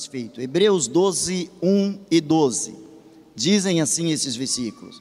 satisfeito. Hebreus 12, 1 e 12. Dizem assim esses versículos: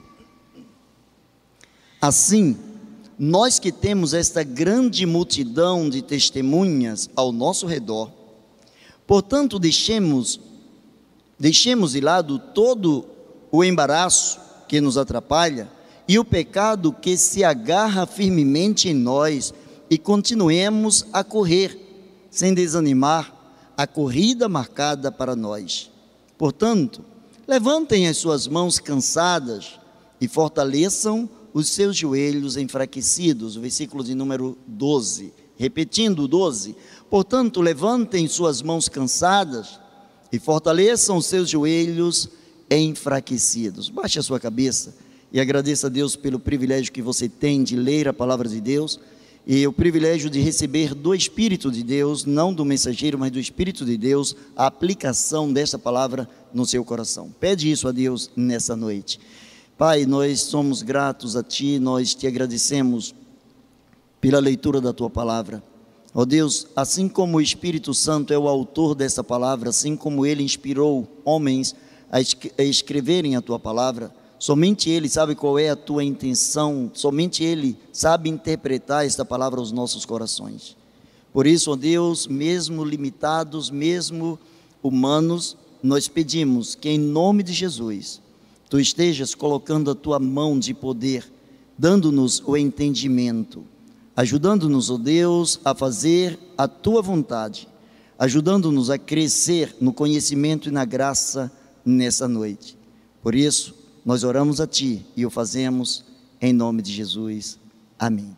assim, nós que temos esta grande multidão de testemunhas ao nosso redor, portanto, deixemos de lado todo o embaraço que nos atrapalha e o pecado que se agarra firmemente em nós, e continuemos a correr, sem desanimar, a corrida marcada para nós. Portanto, levantem as suas mãos cansadas e fortaleçam os seus joelhos enfraquecidos. O versículo de número 12, repetindo o 12. Portanto, levantem suas mãos cansadas e fortaleçam os seus joelhos enfraquecidos. Baixe a sua cabeça e agradeça a Deus pelo privilégio que você tem de ler a palavra de Deus e o privilégio de receber do Espírito de Deus, não do mensageiro, mas do Espírito de Deus, a aplicação desta palavra no seu coração. Pede isso a Deus nessa noite. Pai, nós somos gratos a Ti, nós Te agradecemos pela leitura da Tua palavra. Ó Deus, assim como o Espírito Santo é o autor dessa palavra, assim como Ele inspirou homens a escreverem a Tua palavra, somente Ele sabe qual é a Tua intenção, somente Ele sabe interpretar esta palavra aos nossos corações. Por isso, ó Deus, mesmo limitados, mesmo humanos, nós pedimos que em nome de Jesus, Tu estejas colocando a Tua mão de poder, dando-nos o entendimento, ajudando-nos, ó Deus, a fazer a Tua vontade, ajudando-nos a crescer no conhecimento e na graça nessa noite. Por isso, nós oramos a Ti e o fazemos em nome de Jesus. Amém.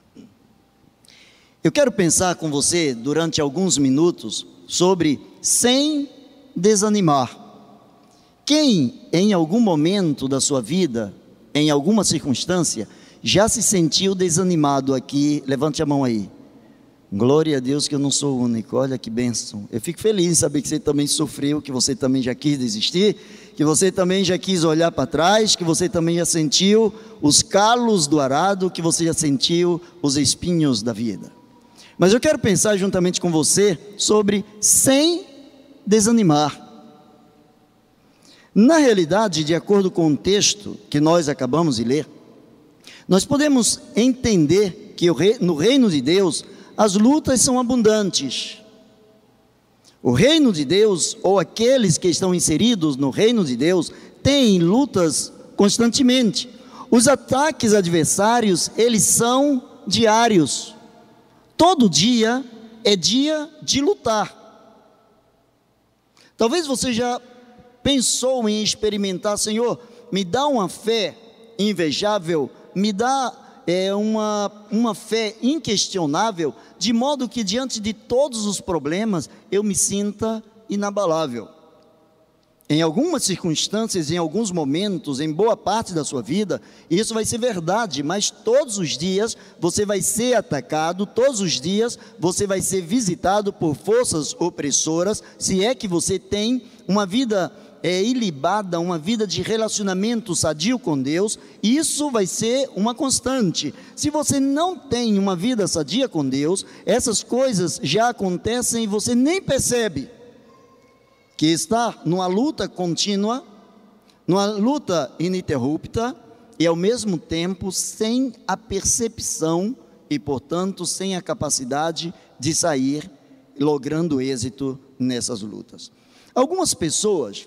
Eu quero pensar com você durante alguns minutos sobre sem desanimar. Quem em algum momento da sua vida, em alguma circunstância, já se sentiu desanimado aqui? Levante a mão aí. Glória a Deus que eu não sou o único, olha que bênção. Eu fico feliz em saber que você também sofreu, que você também já quis desistir, que você também já quis olhar para trás, que você também já sentiu os calos do arado, que você já sentiu os espinhos da vida. Mas eu quero pensar juntamente com você sobre sem desanimar. Na realidade, de acordo com o texto que nós acabamos de ler, nós podemos entender que no reino de Deus, as lutas são abundantes. O reino de Deus, ou aqueles que estão inseridos no reino de Deus, têm lutas constantemente. Os ataques adversários, eles são diários. Todo dia é dia de lutar. Talvez você já pensou em experimentar: Senhor, me dá uma fé invejável, me dá uma fé inquestionável, de modo que diante de todos os problemas eu me sinta inabalável. Em algumas circunstâncias, em alguns momentos, em boa parte da sua vida, isso vai ser verdade, mas todos os dias você vai ser atacado, todos os dias você vai ser visitado por forças opressoras, se é que você tem uma vida ilibada, uma vida de relacionamento sadio com Deus. Isso vai ser uma constante. Se você não tem uma vida sadia com Deus, essas coisas já acontecem e você nem percebe que está numa luta contínua, numa luta ininterrupta, e ao mesmo tempo sem a percepção e, portanto, sem a capacidade de sair logrando êxito nessas lutas. Algumas pessoas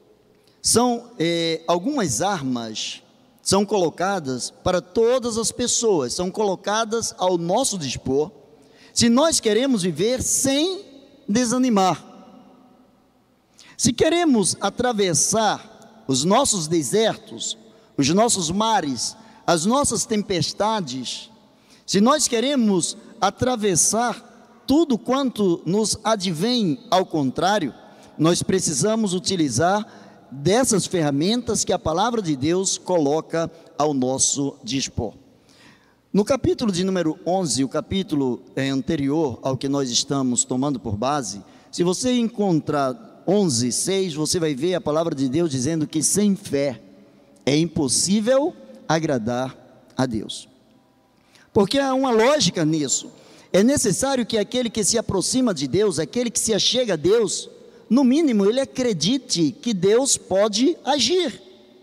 algumas armas são colocadas para todas as pessoas, são colocadas ao nosso dispor, se nós queremos viver sem desanimar. Se queremos atravessar os nossos desertos, os nossos mares, as nossas tempestades, se nós queremos atravessar tudo quanto nos advém ao contrário, nós precisamos utilizar dessas ferramentas que a palavra de Deus coloca ao nosso dispor. No capítulo de número 11, o capítulo anterior ao que nós estamos tomando por base, se você encontrar 11:6, você vai ver a palavra de Deus dizendo que sem fé é impossível agradar a Deus. Porque há uma lógica nisso. É necessário que aquele que se aproxima de Deus, aquele que se achega a Deus, no mínimo, ele acredite que Deus pode agir.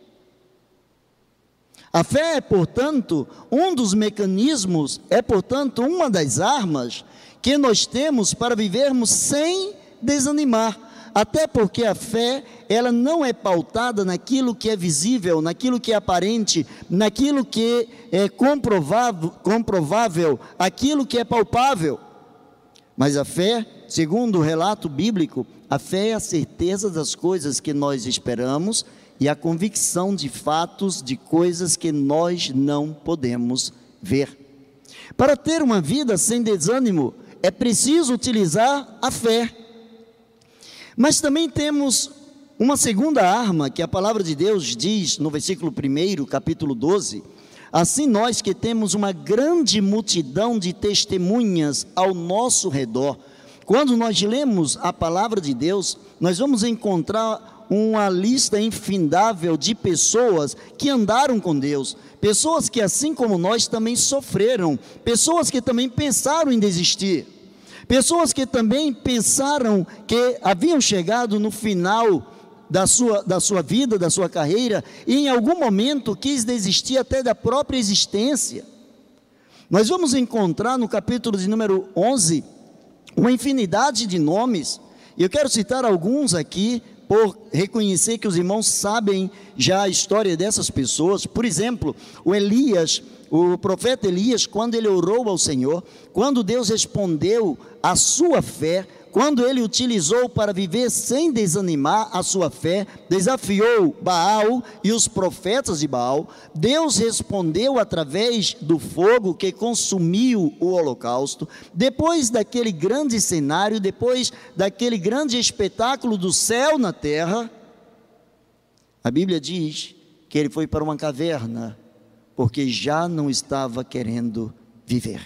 A fé é, portanto, um dos mecanismos, é, portanto, uma das armas que nós temos para vivermos sem desanimar. Até porque a fé, ela não é pautada naquilo que é visível, naquilo que é aparente, naquilo que é comprovável, aquilo que é palpável. Mas a fé, segundo o relato bíblico, a fé é a certeza das coisas que nós esperamos e a convicção de fatos, de coisas que nós não podemos ver. Para ter uma vida sem desânimo, é preciso utilizar a fé. Mas também temos uma segunda arma, que a palavra de Deus diz no versículo 1, capítulo 12, assim nós que temos uma grande multidão de testemunhas ao nosso redor. Quando nós lemos a palavra de Deus, nós vamos encontrar uma lista infindável de pessoas que andaram com Deus, pessoas que assim como nós também sofreram, pessoas que também pensaram em desistir, pessoas que também pensaram que haviam chegado no final da sua vida, da sua carreira, e em algum momento quis desistir até da própria existência. Nós vamos encontrar no capítulo de número 11, uma infinidade de nomes, e eu quero citar alguns aqui, por reconhecer que os irmãos sabem já a história dessas pessoas. Por exemplo, o profeta Elias, quando ele orou ao Senhor, quando Deus respondeu à sua fé, quando ele utilizou para viver sem desanimar a sua fé, desafiou Baal e os profetas de Baal, Deus respondeu através do fogo que consumiu o holocausto. Depois daquele grande cenário, depois daquele grande espetáculo do céu na terra, a Bíblia diz que ele foi para uma caverna, porque já não estava querendo viver.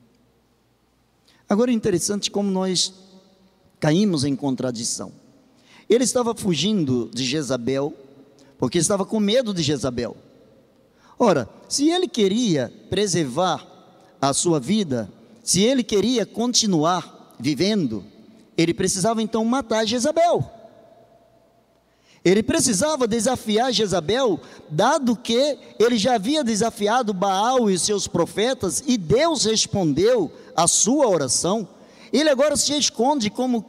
Agora é interessante como nós caímos em contradição. Ele estava fugindo de Jezabel, porque estava com medo de Jezabel. Ora, se ele queria preservar a sua vida, se ele queria continuar vivendo, ele precisava então matar Jezabel. Ele precisava desafiar Jezabel, dado que ele já havia desafiado Baal e seus profetas, e Deus respondeu a sua oração. Ele agora se esconde como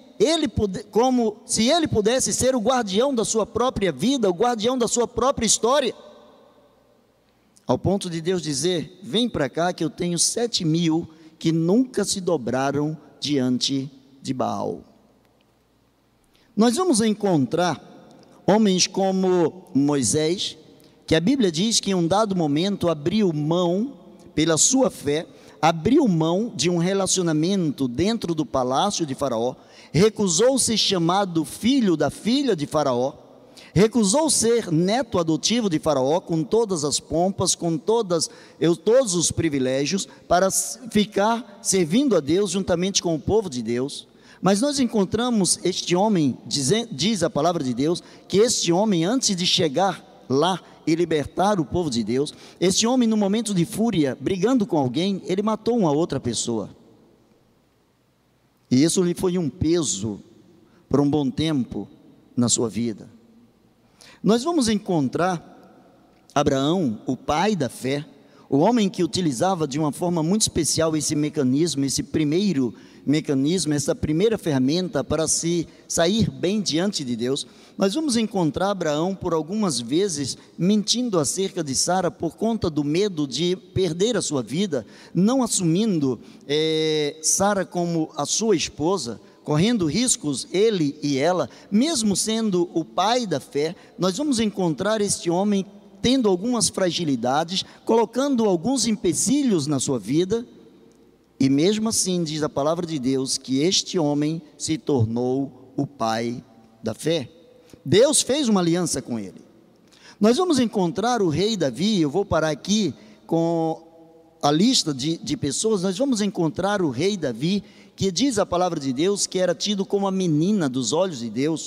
se ele pudesse ser o guardião da sua própria vida, o guardião da sua própria história, ao ponto de Deus dizer: vem para cá que eu tenho 7.000 que nunca se dobraram diante de Baal. Nós vamos encontrar homens como Moisés, que a Bíblia diz que em um dado momento abriu mão, pela sua fé, abriu mão de um relacionamento dentro do palácio de Faraó, recusou ser chamado filho da filha de Faraó, recusou ser neto adotivo de Faraó, com todas as pompas, com todos os privilégios, para ficar servindo a Deus juntamente com o povo de Deus. Mas nós encontramos este homem, diz a palavra de Deus, que este homem, antes de chegar lá e libertar o povo de Deus, este homem, no momento de fúria, brigando com alguém, ele matou uma outra pessoa. E isso lhe foi um peso por um bom tempo na sua vida. Nós vamos encontrar Abraão, o pai da fé, o homem que utilizava de uma forma muito especial esse mecanismo, esse primeiro mecanismo, essa primeira ferramenta para se sair bem diante de Deus. Nós vamos encontrar Abraão por algumas vezes mentindo acerca de Sara por conta do medo de perder a sua vida, não assumindo Sara como a sua esposa, correndo riscos ele e ela, mesmo sendo o pai da fé. Nós vamos encontrar este homem tendo algumas fragilidades, colocando alguns empecilhos na sua vida, e mesmo assim diz a palavra de Deus que este homem se tornou o pai da fé. Deus fez uma aliança com ele. Nós vamos encontrar o rei Davi. Eu vou parar aqui com a lista de pessoas. Nós vamos encontrar o rei Davi, que diz a palavra de Deus que era tido como a menina dos olhos de Deus.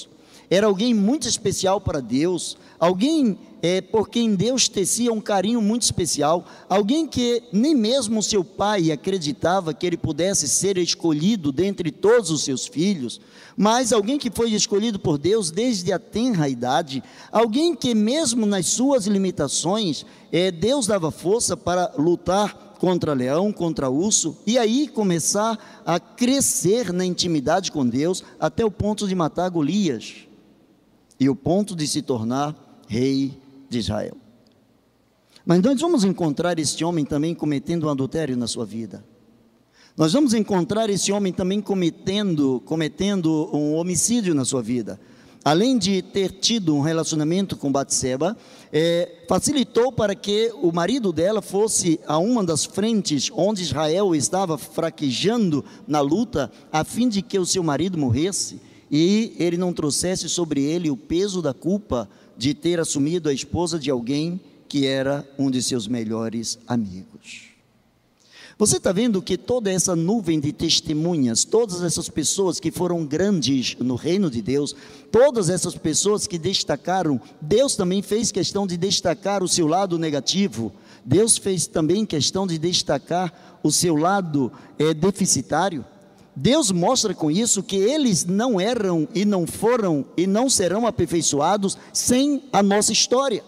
era alguém muito especial para Deus, alguém por quem Deus tecia um carinho muito especial, alguém que nem mesmo seu pai acreditava que ele pudesse ser escolhido dentre todos os seus filhos, mas alguém que foi escolhido por Deus desde a tenra idade, alguém que mesmo nas suas limitações, Deus dava força para lutar contra leão, contra urso, e aí começar a crescer na intimidade com Deus, até o ponto de matar Golias, e o ponto de se tornar rei de Israel. Mas nós vamos encontrar esse homem também cometendo um adultério na sua vida. Nós vamos encontrar esse homem também cometendo um homicídio na sua vida. Além de ter tido um relacionamento com Batseba, facilitou para que o marido dela fosse a uma das frentes onde Israel estava fraquejando na luta, a fim de que o seu marido morresse e ele não trouxesse sobre ele o peso da culpa de ter assumido a esposa de alguém que era um de seus melhores amigos. Você está vendo que toda essa nuvem de testemunhas, todas essas pessoas que foram grandes no reino de Deus, todas essas pessoas que destacaram, Deus também fez questão de destacar o seu lado negativo, Deus fez também questão de destacar o seu lado deficitário. Deus mostra com isso que eles não eram e não foram e não serão aperfeiçoados sem a nossa história.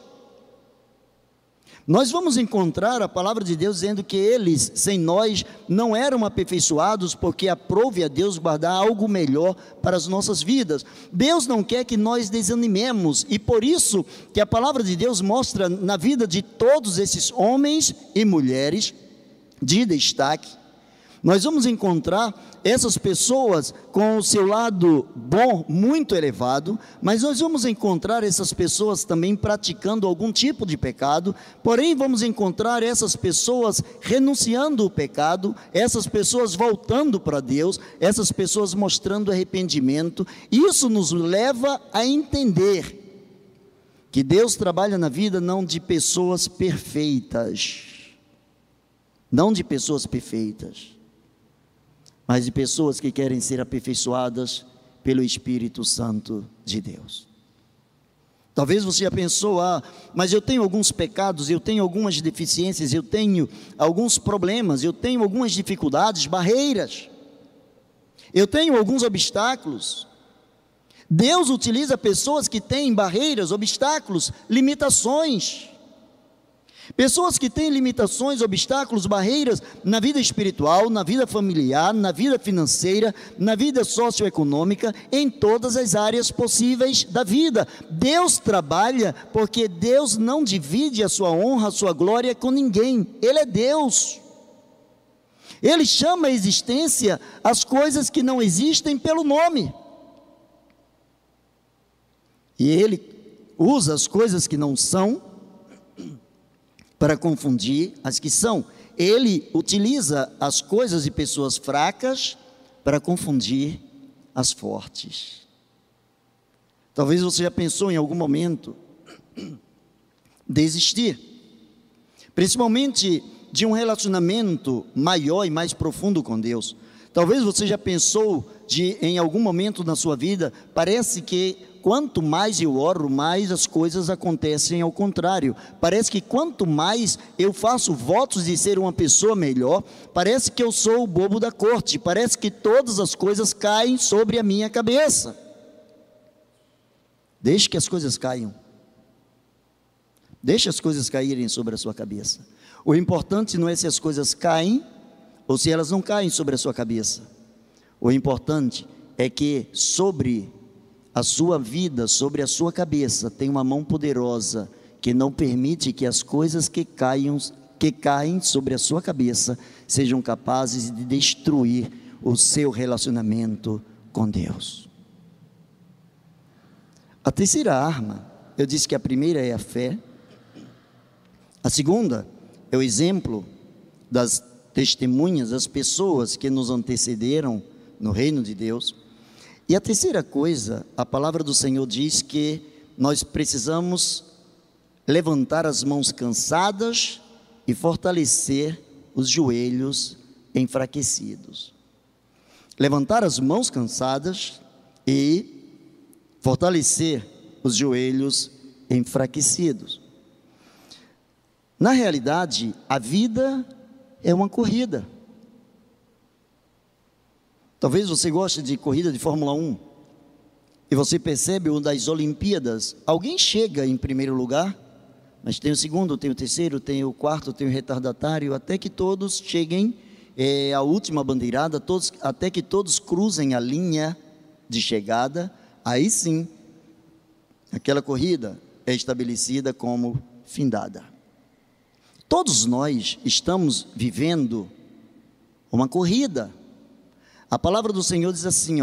Nós vamos encontrar a palavra de Deus dizendo que eles, sem nós, não eram aperfeiçoados, porque aprove a Deus guardar algo melhor para as nossas vidas. Deus não quer que nós desanimemos, e por isso que a palavra de Deus mostra na vida de todos esses homens e mulheres de destaque. Nós vamos encontrar essas pessoas com o seu lado bom muito elevado, mas nós vamos encontrar essas pessoas também praticando algum tipo de pecado, porém vamos encontrar essas pessoas renunciando ao pecado, essas pessoas voltando para Deus, essas pessoas mostrando arrependimento. Isso nos leva a entender que Deus trabalha na vida não de pessoas perfeitas, não de pessoas perfeitas, mas de pessoas que querem ser aperfeiçoadas pelo Espírito Santo de Deus. Talvez você já pensou, mas eu tenho alguns pecados, eu tenho algumas deficiências, eu tenho alguns problemas, eu tenho algumas dificuldades, barreiras, eu tenho alguns obstáculos. Deus utiliza pessoas que têm barreiras, obstáculos, limitações. Pessoas que têm limitações, obstáculos, barreiras na vida espiritual, na vida familiar, na vida financeira, na vida socioeconômica, em todas as áreas possíveis da vida. Deus trabalha porque Deus não divide a sua honra, a sua glória com ninguém. Ele é Deus. Ele chama à existência as coisas que não existem pelo nome. E Ele usa as coisas que não são para confundir as que são. Ele utiliza as coisas e pessoas fracas para confundir as fortes. Talvez você já pensou em algum momento desistir, principalmente de um relacionamento maior e mais profundo com Deus. Talvez você já pensou em algum momento na sua vida, parece que quanto mais eu oro, mais as coisas acontecem ao contrário. Parece que quanto mais eu faço votos de ser uma pessoa melhor, parece que eu sou o bobo da corte, parece que todas as coisas caem sobre a minha cabeça. Deixe que as coisas caiam. Deixe as coisas caírem sobre a sua cabeça. O importante não é se as coisas caem ou se elas não caem sobre a sua cabeça. O importante é que sobre a sua vida, sobre a sua cabeça, tem uma mão poderosa que não permite que as coisas que caem sobre a sua cabeça sejam capazes de destruir o seu relacionamento com Deus. A terceira arma, eu disse que a primeira é a fé, a segunda é o exemplo das testemunhas, das pessoas que nos antecederam no reino de Deus. E a terceira coisa, a palavra do Senhor diz que nós precisamos levantar as mãos cansadas e fortalecer os joelhos enfraquecidos. Levantar as mãos cansadas e fortalecer os joelhos enfraquecidos. Na realidade, a vida é uma corrida. Talvez você goste de corrida de Fórmula 1, e você percebe uma das Olimpíadas, alguém chega em primeiro lugar, mas tem o segundo, tem o terceiro, tem o quarto, tem o retardatário, até que todos cheguem à última bandeirada, até que todos cruzem a linha de chegada. Aí sim, aquela corrida é estabelecida como findada. Todos nós estamos vivendo uma corrida. A palavra do Senhor diz assim,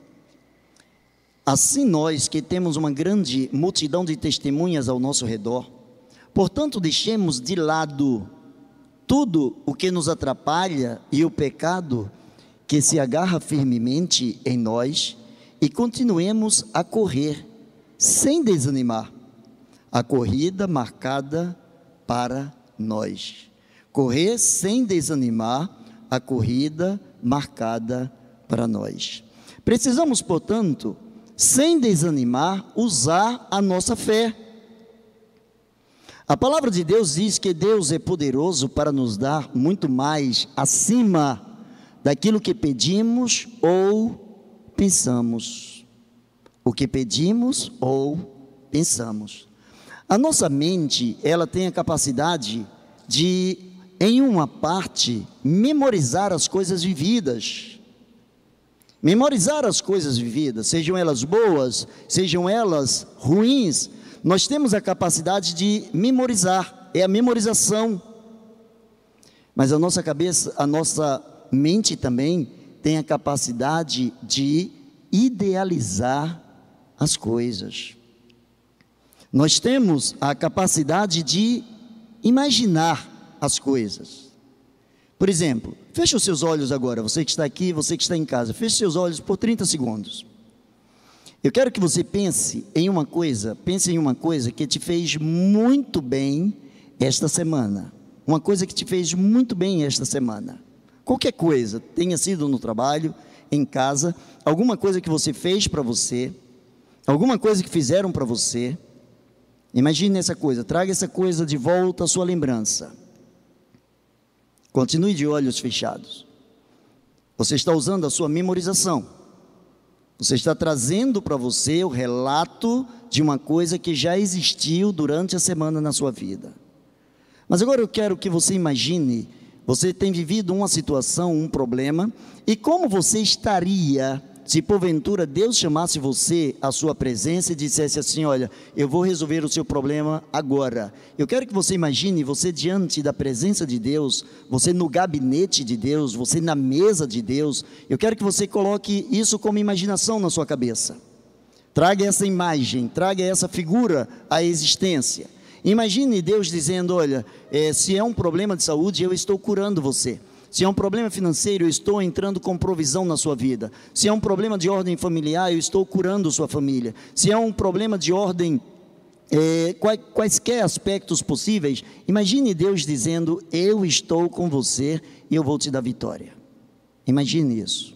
assim nós que temos uma grande multidão de testemunhas ao nosso redor, portanto deixemos de lado tudo o que nos atrapalha e o pecado que se agarra firmemente em nós, e continuemos a correr sem desanimar a corrida marcada para nós. Correr sem desanimar a corrida marcada para nós. Precisamos, portanto, sem desanimar, usar a nossa fé. A palavra de Deus diz que Deus é poderoso para nos dar muito mais acima daquilo que pedimos ou pensamos. O que pedimos ou pensamos. A nossa mente, ela tem a capacidade de, em uma parte, memorizar as coisas vividas. Memorizar as coisas vividas, sejam elas boas, sejam elas ruins, nós temos a capacidade de memorizar, é a memorização. Mas a nossa cabeça, a nossa mente também tem a capacidade de idealizar as coisas. Nós temos a capacidade de imaginar as coisas. Por exemplo, feche os seus olhos agora, você que está aqui, você que está em casa, feche seus olhos por 30 segundos. Eu quero que você pense em uma coisa que te fez muito bem esta semana. Uma coisa que te fez muito bem esta semana. Qualquer coisa, tenha sido no trabalho, em casa, alguma coisa que você fez para você, alguma coisa que fizeram para você. Imagine essa coisa, traga essa coisa de volta à sua lembrança. Continue de olhos fechados. Você está usando a sua memorização. Você está trazendo para você o relato de uma coisa que já existiu durante a semana na sua vida. Mas agora eu quero que você imagine, você tem vivido uma situação, um problema, e como você estaria se porventura Deus chamasse você à sua presença e dissesse assim, olha, eu vou resolver o seu problema agora. Eu quero que você imagine você diante da presença de Deus, você no gabinete de Deus, você na mesa de Deus. Eu quero que você coloque isso como imaginação na sua cabeça. Traga essa imagem, traga essa figura à existência. Imagine Deus dizendo, olha, se é um problema de saúde, eu estou curando você. Se é um problema financeiro, eu estou entrando com provisão na sua vida. Se é um problema de ordem familiar, eu estou curando sua família. Se é um problema de ordem, quaisquer aspectos possíveis, imagine Deus dizendo, eu estou com você e eu vou te dar vitória. Imagine isso.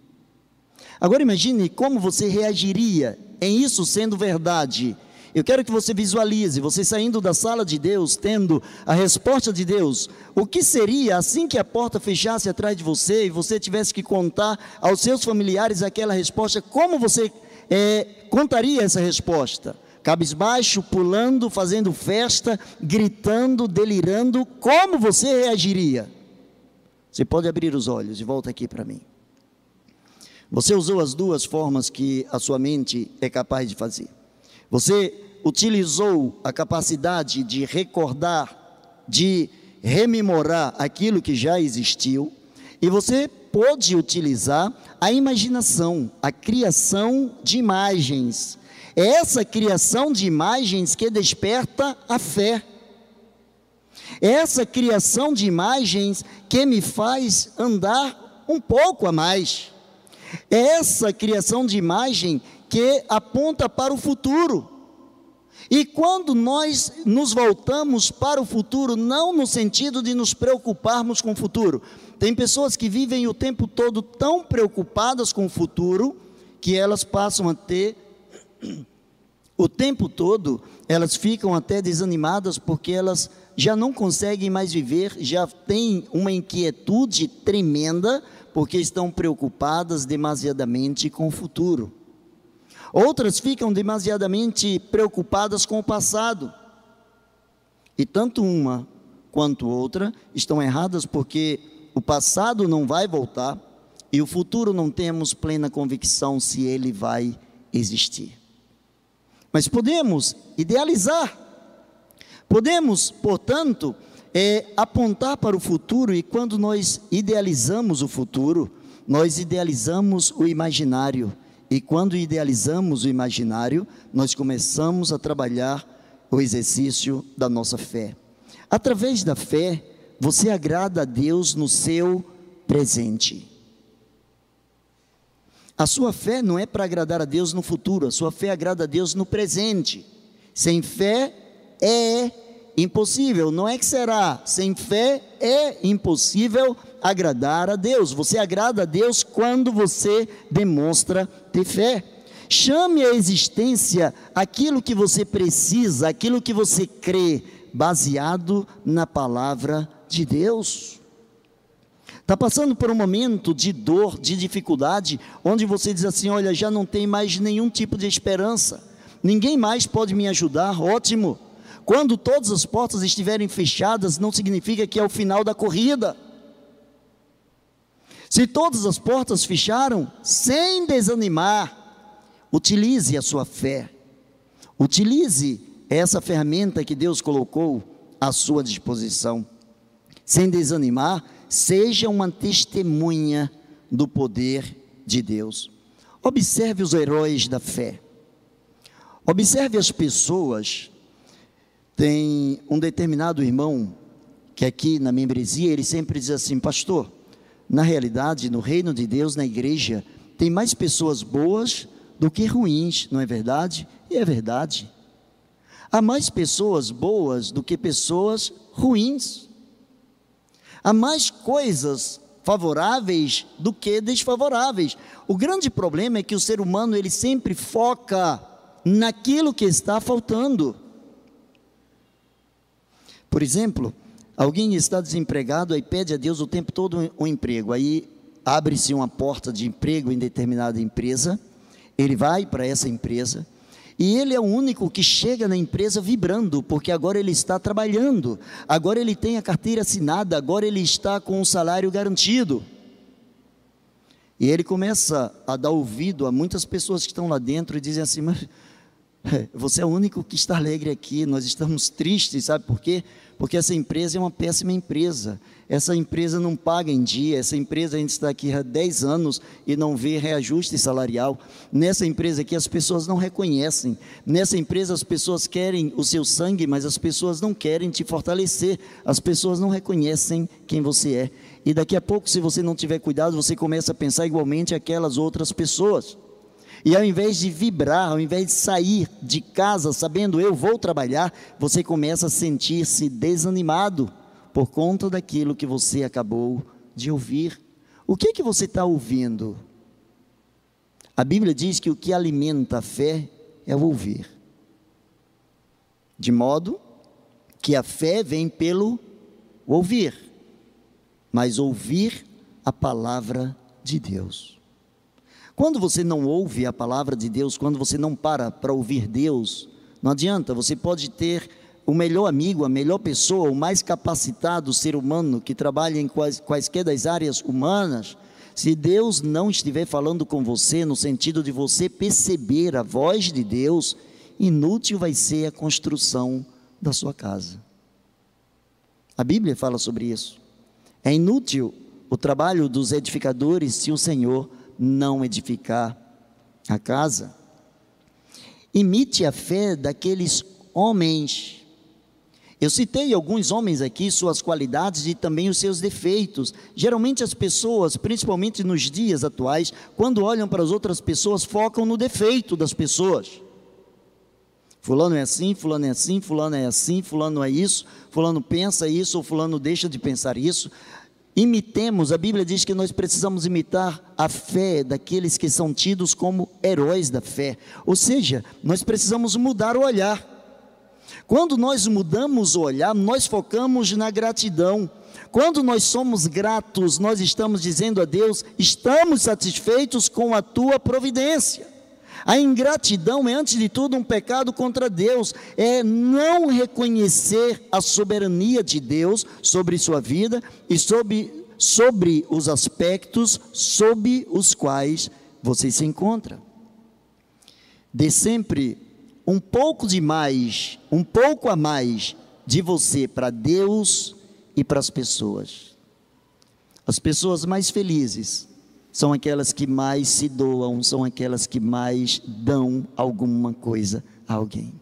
Agora imagine como você reagiria em isso sendo verdade. Eu quero que você visualize, você saindo da sala de Deus, tendo a resposta de Deus. O que seria assim que a porta fechasse atrás de você e você tivesse que contar aos seus familiares aquela resposta? Como você contaria essa resposta? Cabisbaixo, pulando, fazendo festa, gritando, delirando, como você reagiria? Você pode abrir os olhos e volta aqui para mim. Você usou as duas formas que a sua mente é capaz de fazer. Você utilizou a capacidade de recordar, de rememorar aquilo que já existiu, e você pode utilizar a imaginação, a criação de imagens. É essa criação de imagens que desperta a fé. É essa criação de imagens que me faz andar um pouco a mais. É essa criação de imagem que aponta para o futuro. E quando nós nos voltamos para o futuro, não no sentido de nos preocuparmos com o futuro. Tem pessoas que vivem o tempo todo tão preocupadas com o futuro, que elas passam a ter o tempo todo, elas ficam até desanimadas, porque elas já não conseguem mais viver, já têm uma inquietude tremenda, porque estão preocupadas demasiadamente com o futuro. Outras ficam demasiadamente preocupadas com o passado, e tanto uma quanto outra estão erradas, porque o passado não vai voltar, e o futuro não temos plena convicção se ele vai existir. Mas podemos idealizar, podemos, portanto, apontar para o futuro, e quando nós idealizamos o futuro, nós idealizamos o imaginário, e quando idealizamos o imaginário, nós começamos a trabalhar o exercício da nossa fé. Através da fé, você agrada a Deus no seu presente. A sua fé não é para agradar a Deus no futuro, a sua fé agrada a Deus no presente. Sem fé é impossível, não é que será, sem fé é impossível agradar a Deus. Você agrada a Deus quando você demonstra ter fé. Chame à existência aquilo que você precisa, aquilo que você crê, baseado na palavra de Deus. Está passando por um momento de dor, de dificuldade, onde você diz assim: olha, já não tem mais nenhum tipo de esperança, ninguém mais pode me ajudar. Ótimo, quando todas as portas estiverem fechadas, não significa que é o final da corrida. Se todas as portas fecharam, sem desanimar, utilize a sua fé, utilize essa ferramenta que Deus colocou à sua disposição. Sem desanimar, seja uma testemunha do poder de Deus. Observe os heróis da fé, observe as pessoas. Tem um determinado irmão, que aqui na membresia, ele sempre diz assim: pastor, na realidade, no reino de Deus, na igreja, tem mais pessoas boas do que ruins, não é verdade? E é verdade. Há mais pessoas boas do que pessoas ruins. Há mais coisas favoráveis do que desfavoráveis. O grande problema é que o ser humano, ele sempre foca naquilo que está faltando. Por exemplo, alguém está desempregado, aí pede a Deus o tempo todo um emprego, aí abre-se uma porta de emprego em determinada empresa, ele vai para essa empresa, e ele é o único que chega na empresa vibrando, porque agora ele está trabalhando, agora ele tem a carteira assinada, agora ele está com um salário garantido. E ele começa a dar ouvido a muitas pessoas que estão lá dentro e dizem assim: mas você é o único que está alegre aqui, nós estamos tristes, sabe por quê? Porque essa empresa é uma péssima empresa, essa empresa não paga em dia, essa empresa a gente está aqui há 10 anos e não vê reajuste salarial, nessa empresa aqui as pessoas não reconhecem, nessa empresa as pessoas querem o seu sangue, mas as pessoas não querem te fortalecer, as pessoas não reconhecem quem você é, e daqui a pouco, se você não tiver cuidado, você começa a pensar igualmente aquelas outras pessoas. E ao invés de vibrar, ao invés de sair de casa sabendo eu vou trabalhar, você começa a sentir-se desanimado por conta daquilo que você acabou de ouvir. O que é que você está ouvindo? A Bíblia diz que o que alimenta a fé é o ouvir. De modo que a fé vem pelo ouvir, mas ouvir a palavra de Deus. Quando você não ouve a palavra de Deus, quando você não para ouvir Deus, não adianta, você pode ter o melhor amigo, a melhor pessoa, o mais capacitado ser humano que trabalha em quaisquer das áreas humanas, se Deus não estiver falando com você, no sentido de você perceber a voz de Deus, inútil vai ser a construção da sua casa. A Bíblia fala sobre isso. É inútil o trabalho dos edificadores se o Senhor não edificar a casa. Imite a fé daqueles homens. Eu citei alguns homens aqui, suas qualidades e também os seus defeitos. Geralmente as pessoas, principalmente nos dias atuais, quando olham para as outras pessoas, focam no defeito das pessoas. Fulano é assim, fulano é assim, fulano é assim, fulano é isso, fulano pensa isso, ou fulano deixa de pensar isso. imitemos, a Bíblia diz que nós precisamos imitar a fé daqueles que são tidos como heróis da fé, ou seja, nós precisamos mudar o olhar. Quando nós mudamos o olhar, nós focamos na gratidão. Quando nós somos gratos, nós estamos dizendo a Deus: estamos satisfeitos com a tua providência. A ingratidão é, antes de tudo, um pecado contra Deus, é não reconhecer a soberania de Deus sobre sua vida e sobre os aspectos sob os quais você se encontra. Dê sempre um pouco a mais de você para Deus e para as pessoas. As pessoas mais felizes são aquelas que mais se doam, são aquelas que mais dão alguma coisa a alguém.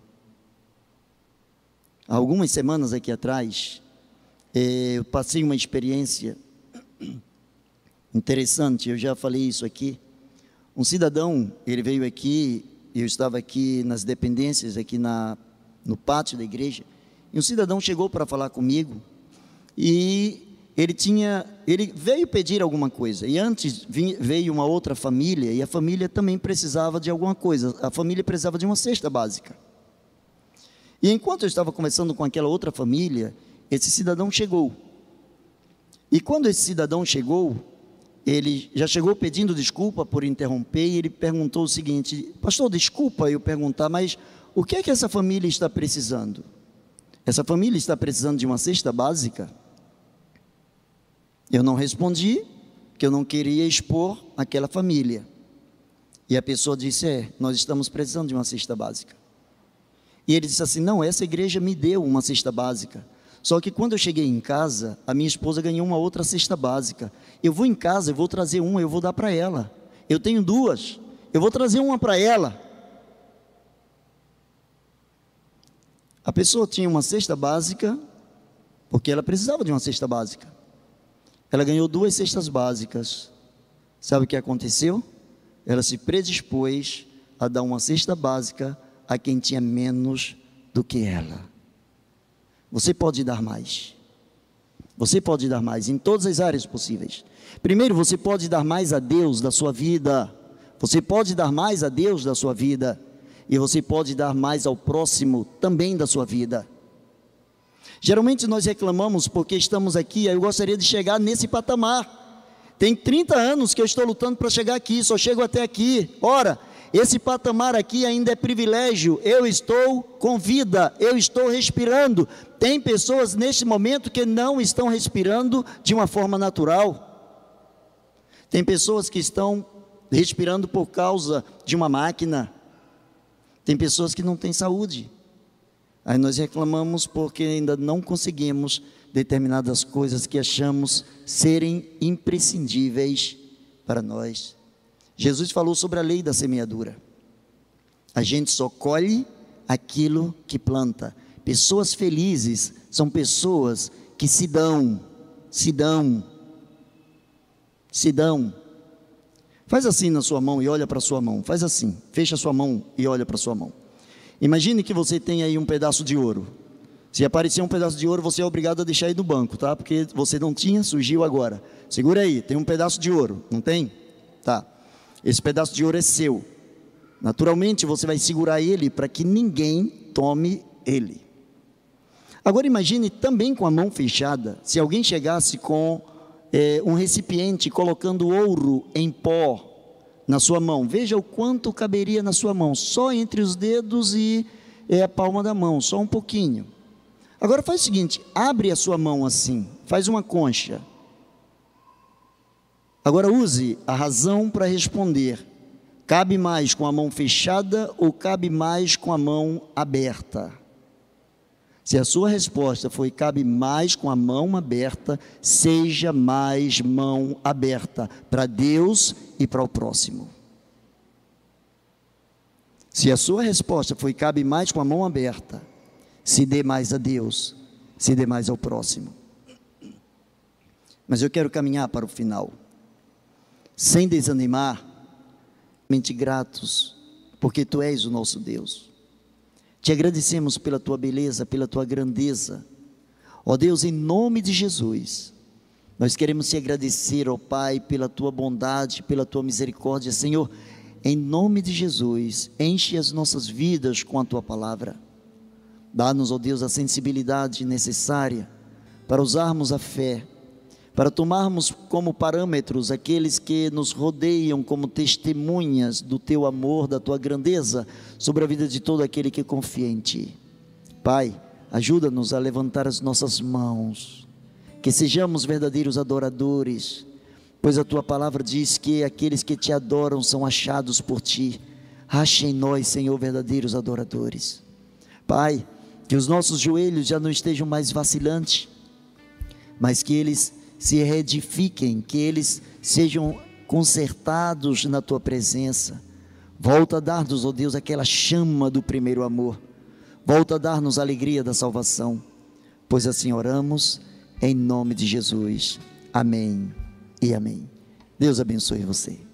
Há algumas semanas aqui atrás, eu passei uma experiência interessante, eu já falei isso aqui. Um cidadão, ele veio aqui, eu estava aqui nas dependências, aqui no pátio da igreja, e um cidadão chegou para falar comigo, e ele veio pedir alguma coisa, e antes veio uma outra família, e a família também precisava de alguma coisa, a família precisava de uma cesta básica. E enquanto eu estava conversando com aquela outra família, esse cidadão chegou, e quando esse cidadão chegou, ele já chegou pedindo desculpa por interromper, e ele perguntou o seguinte: pastor, desculpa eu perguntar, mas o que é que essa família está precisando? Essa família está precisando de uma cesta básica? Eu não respondi, porque eu não queria expor aquela família. E a pessoa disse: nós estamos precisando de uma cesta básica. E ele disse assim: não, essa igreja me deu uma cesta básica. Só que quando eu cheguei em casa, a minha esposa ganhou uma outra cesta básica. Eu vou em casa, eu vou trazer uma, eu vou dar para ela. Eu tenho duas, eu vou trazer uma para ela. A pessoa tinha uma cesta básica, porque ela precisava de uma cesta básica. Ela ganhou duas cestas básicas. Sabe o que aconteceu? Ela se predispôs a dar uma cesta básica a quem tinha menos do que ela. Você pode dar mais. Você pode dar mais em todas as áreas possíveis. Primeiro, você pode dar mais a Deus da sua vida. Você pode dar mais a Deus da sua vida. E você pode dar mais ao próximo também da sua vida. Geralmente nós reclamamos porque estamos aqui, eu gostaria de chegar nesse patamar. Tem 30 anos que eu estou lutando para chegar aqui, só chego até aqui. Ora, esse patamar aqui ainda é privilégio, eu estou com vida, eu estou respirando. Tem pessoas neste momento que não estão respirando de uma forma natural. Tem pessoas que estão respirando por causa de uma máquina. Tem pessoas que não têm saúde. Aí nós reclamamos porque ainda não conseguimos determinadas coisas que achamos serem imprescindíveis para nós. Jesus falou sobre a lei da semeadura. A gente só colhe aquilo que planta. Pessoas felizes são pessoas que se dão. Faz assim na sua mão e olha para a sua mão. Faz assim, fecha a sua mão e olha para a sua mão. Imagine que você tem aí um pedaço de ouro. Se aparecer um pedaço de ouro, você é obrigado a deixar aí no banco, tá? Porque você não tinha, surgiu agora. Segura aí, tem um pedaço de ouro, não tem? Tá. Esse pedaço de ouro é seu. Naturalmente você vai segurar ele para que ninguém tome ele. Agora imagine também com a mão fechada, se alguém chegasse com um recipiente colocando ouro em pó na sua mão, veja o quanto caberia na sua mão, só entre os dedos e a palma da mão, só um pouquinho. Agora faz o seguinte, abre a sua mão assim, faz uma concha. Agora use a razão para responder, cabe mais com a mão fechada ou cabe mais com a mão aberta? Se a sua resposta foi cabe mais com a mão aberta, seja mais mão aberta para Deus e para o próximo. Se a sua resposta foi cabe mais com a mão aberta, se dê mais a Deus, se dê mais ao próximo. Mas eu quero caminhar para o final, sem desanimar, mente gratos, porque Tu és o nosso Deus. Te agradecemos pela Tua beleza, pela Tua grandeza. Ó Deus, em nome de Jesus, Nós queremos te agradecer, ó Pai, pela tua bondade, pela tua misericórdia. Senhor, em nome de Jesus, enche as nossas vidas com a tua palavra. Dá-nos, ó Deus, a sensibilidade necessária para usarmos a fé, para tomarmos como parâmetros aqueles que nos rodeiam como testemunhas do teu amor, da tua grandeza sobre a vida de todo aquele que confia em ti. Pai, ajuda-nos a levantar as nossas mãos, que sejamos verdadeiros adoradores, pois a tua palavra diz que aqueles que te adoram são achados por ti. Ache em nós, Senhor, verdadeiros adoradores. Pai, que os nossos joelhos já não estejam mais vacilantes, mas que eles se reedifiquem, que eles sejam consertados na tua presença. Volta a dar-nos, ó Deus, aquela chama do primeiro amor. Volta a dar-nos a alegria da salvação, pois assim oramos em nome de Jesus. Amém e amém. Deus abençoe você.